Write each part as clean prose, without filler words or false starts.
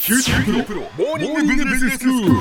九州大学モーニングビジネススクール。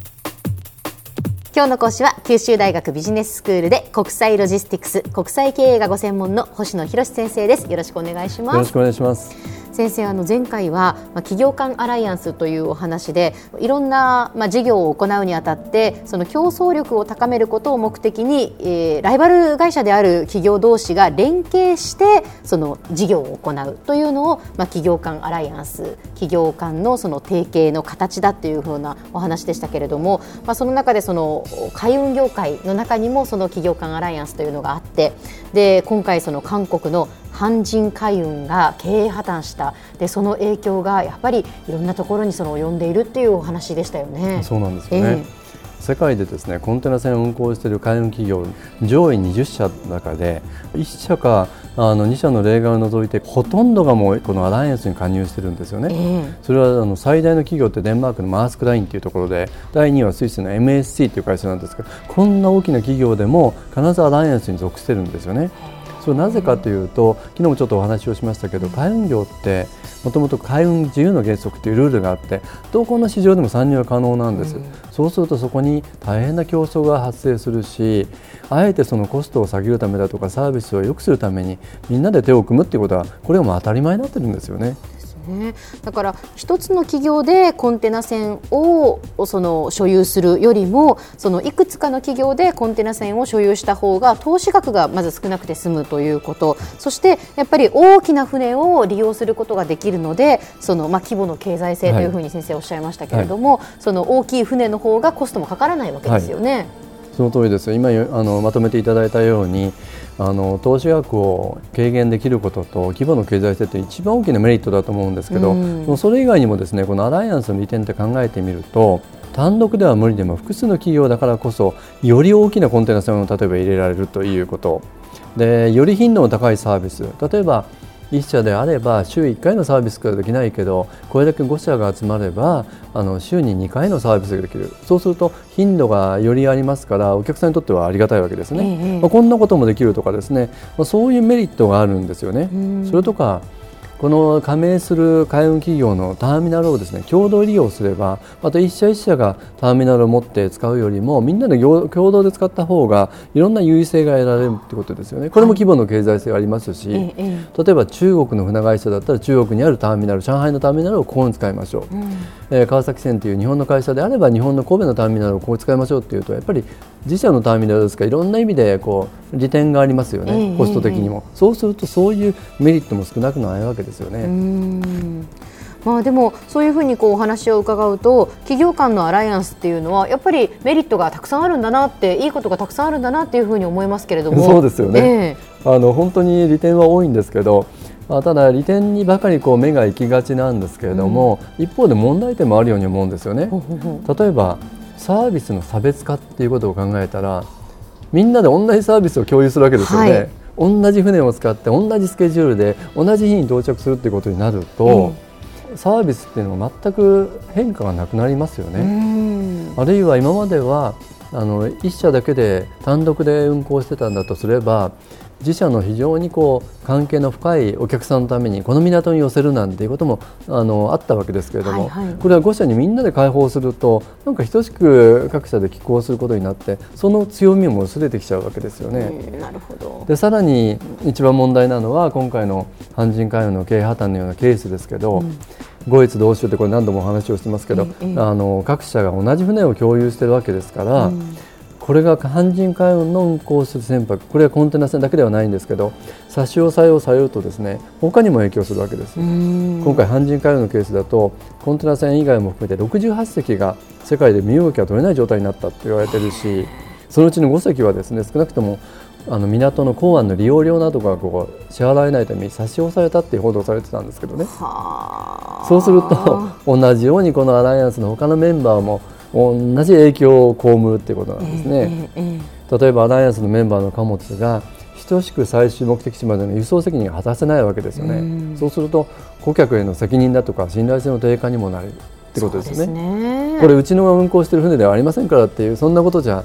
今日の講師は九州大学ビジネススクールで国際ロジスティクス国際経営がご専門の星野博先生です。よろしくお願いします。 よろしくお願いします。 先生、前回は企業間アライアンスというお話でいろんな事業を行うにあたってその競争力を高めることを目的に、ライバル会社である企業同士が連携してその事業を行うというのを、企業間アライアンス、企業間のその提携の形だというふうなお話でしたけれども、その中でその海運業界の中にもその企業間アライアンスというのがあって、で今回その韓国の阪神海運が経営破綻した。でその影響がやっぱりいろんなところにその及んでいるっていうお話でしたよね。 そうなんですよね。世界でですね、コンテナ船を運航している海運企業上位20社の中で1社か2社の例外を除いてほとんどがもうこのアライアンスに加入してるんですよね。それは最大の企業ってデンマークのマースクラインというところで、第2位はスイスの MSC という会社なんですが、こんな大きな企業でも必ずアライアンスに属してるんですよね。それなぜかというと、昨日もちょっとお話をしましたけど、海運業ってもともと海運自由の原則というルールがあって、どこの市場でも参入は可能なんです。そうするとそこに大変な競争が発生するし、あえてそのコストを下げるためだとかサービスを良くするためにみんなで手を組むっていうことは、これはもう当たり前になってるんですよね。 だから一つの企業でコンテナ船をその所有するよりも、そのいくつかの企業でコンテナ船を所有した方が投資額がまず少なくて済むということ、そしてやっぱり大きな船を利用することができるので、その規模の経済性というふうに先生おっしゃいましたけれども、その大きい船の方がコストもかからないわけですよね。 その通りです。今まとめていただいたように、投資額を軽減できることと規模の経済性って一番大きなメリットだと思うんですけど、それ以外にもですね、このアライアンスの利点って考えてみると、単独では無理でも複数の企業だからこそより大きなコンテナ船を例えば入れられるということで、より頻度の高いサービス、例えば1社であれば週1回のサービスができないけど、これだけ5社が集まれば週に2回のサービスができる。そうすると頻度がよりありますから、お客さんにとってはありがたいわけですね。こんなこともできるとかですね、そういうメリットがあるんですよね。それとかこの加盟する海運企業のターミナルをですね、共同利用すれば、また一社一社がターミナルを持って使うよりもみんなで共同で使った方がいろんな優位性が得られるということですよね。これも規模の経済性がありますし、例えば中国の船会社だったら中国にあるターミナル、上海のターミナルをここに使いましょう、川崎船という日本の会社であれば日本の神戸のターミナルをここ使いましょうというと、やっぱり自社のターミナルですから、いろんな意味で利点がありますよね、コスト的にも。そうするとそういうメリットも少なくないわけですよね。 でもそういうふうにお話を伺うと、企業間のアライアンスっていうのはやっぱりメリットがたくさんあるんだなって、いいことがたくさんあるんだなっていうふうに思いますけれども。 そうですよね、本当に利点は多いんですけど、ただ利点にばかり目が行きがちなんですけれども、一方で問題点もあるように思うんですよね。例えばサービスの差別化っていうことを考えたら、みんなで同じサービスを共有するわけですよね。同じ船を使って同じスケジュールで同じ日に到着するっていうことになると、サービスっていうのは全く変化がなくなりますよね。あるいは今までは1社だけで単独で運航してたんだとすれば、自社の非常に関係の深いお客さんのためにこの港に寄せるなんていうこともあったわけですけれども、これは5社にみんなで開放すると、なんか等しく各社で寄港することになって、その強みも薄れてきちゃうわけですよね。 なるほど。 でさらに一番問題なのは、今回の阪神海運の経営破綻のようなケースですけど、五越同州ってこれ何度もお話をしてますけど、各社が同じ船を共有しているわけですから、これが阪神海運の運航する船舶、これはコンテナ船だけではないんですけど、差し押さえをされるとですね、他にも影響するわけです。今回阪神海運のケースだと、コンテナ船以外も含めて68隻が世界で身動きが取れない状態になったと言われているし、そのうちの5隻はですね、少なくとも港の港湾の利用料などが支払えないために差し押されたっていう報道されてたんですけどね。そうすると同じようにこのアライアンスの他のメンバーも同じ影響を被るっていうことなんですね。例えばアライアンスのメンバーの貨物が等しく最終目的地までの輸送責任が果たせないわけですよね。そうすると顧客への責任だとか信頼性の低下にもなるってことですね。これうちの運航している船ではありませんからっていう、そんなことじゃ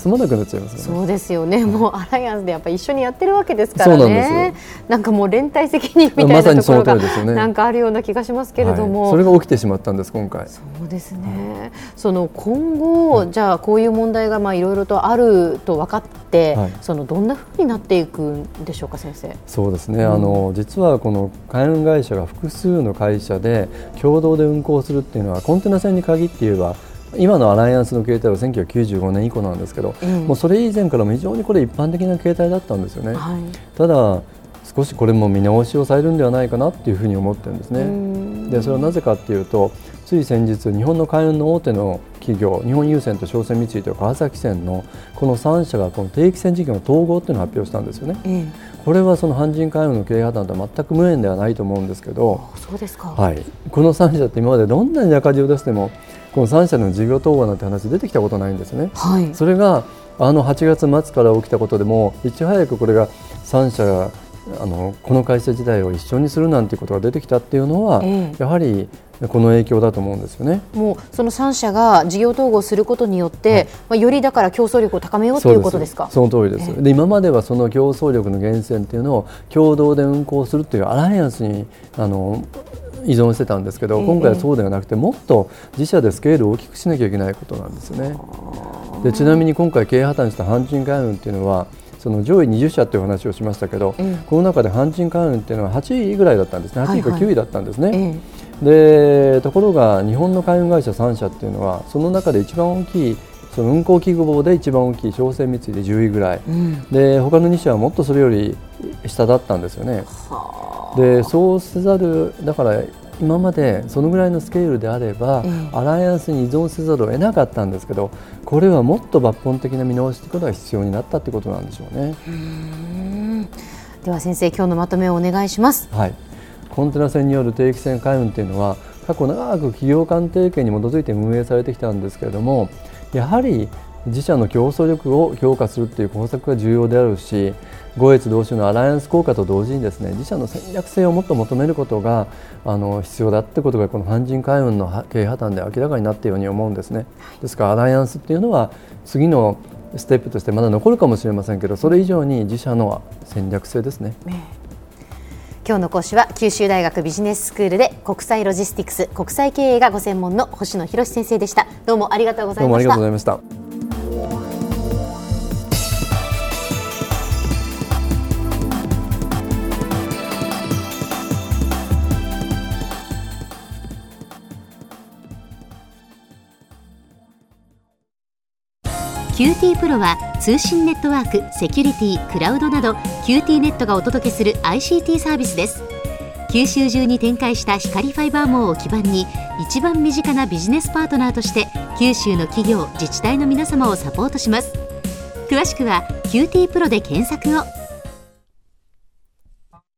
済まなくなっちゃいますよね。 そうですよね。もうアライアンスでやっぱり一緒にやってるわけですからね。 そうなんです。 なんかもう連帯責任みたいなところがなんかあるような気がしますけれども、 それが起きてしまったんです今回。 そうですね。その今後、じゃあこういう問題がいろいろとあると分かって、そのどんなふうになっていくんでしょうか、先生。 そうですね、実はこの海運会社が複数の会社で共同で運航するっていうのはコンテナ船に限って言えば今のアライアンスの形態は1995年以降なんですけど、もうそれ以前からも非常にこれ一般的な形態だったんですよね。ただ少しこれも見直しをされるんではないかなっていうふうに思ってるんですね。でそれはなぜかっていうと、つい先日日本の海運の大手の企業、日本郵船と商船三井と川崎船のこの3社がこの定期船事業の統合っていうのを発表したんですよね。これはその阪神海運の経営破綻とは全く無縁ではないと思うんですけど、 そうですか。 はい、この3社って今までどんなに赤字を出してもこの3社の事業統合なんて話出てきたことないんですね。それが8月末から起きたことでもいち早くこれが3社がこの会社自体を一緒にするなんていうことが出てきたっていうのは、やはりこの影響だと思うんですよね。 もうその3社が事業統合することによって、よりだから競争力を高めようということですか。 その通りです。で今まではその競争力の源泉っていうのを共同で運航するというアライアンスに依存してたんですけど、今回はそうではなくてもっと自社でスケールを大きくしなきゃいけないことなんですよね。でちなみに今回経営破綻した阪神海運っていうのはその上位20社という話をしましたけど、この中で阪神海運っていうのは8位ぐらいだったんですね。8位か9位だったんですね。でところが日本の海運会社3社っていうのはその中で一番大きいその運航器具簿で一番大きい商船三井で10位ぐらい、で他の2社はもっとそれより下だったんですよね。でそうせざるだから今までそのぐらいのスケールであれば、アライアンスに依存せざるを得なかったんですけど、これはもっと抜本的な見直しということが必要になったということなんでしょうね。 では先生、今日のまとめをお願いします。 はい、コンテナ船による定期船海運というのは過去長く企業間提携に基づいて運営されてきたんですけれども、やはり自社の競争力を強化するという方策が重要であるし、五越同種のアライアンス効果と同時にですね、自社の戦略性をもっと求めることが必要だということがこの阪神海運の経営破綻で明らかになったように思うんですね。ですからアライアンスというのは次のステップとしてまだ残るかもしれませんけど、それ以上に自社の戦略性ですね。 今日の講師は九州大学ビジネススクールで国際ロジスティクス国際経営がご専門の星野博先生でした。どうもありがとうございました。 どうもありがとうございました。 QT プロは通信ネットワーク、セキュリティ、クラウドなど QT ネットがお届けする ICT サービスです。九州中に展開した光ファイバー網を基盤に一番身近なビジネスパートナーとして九州の企業、自治体の皆様をサポートします。詳しくは QT プロで検索を。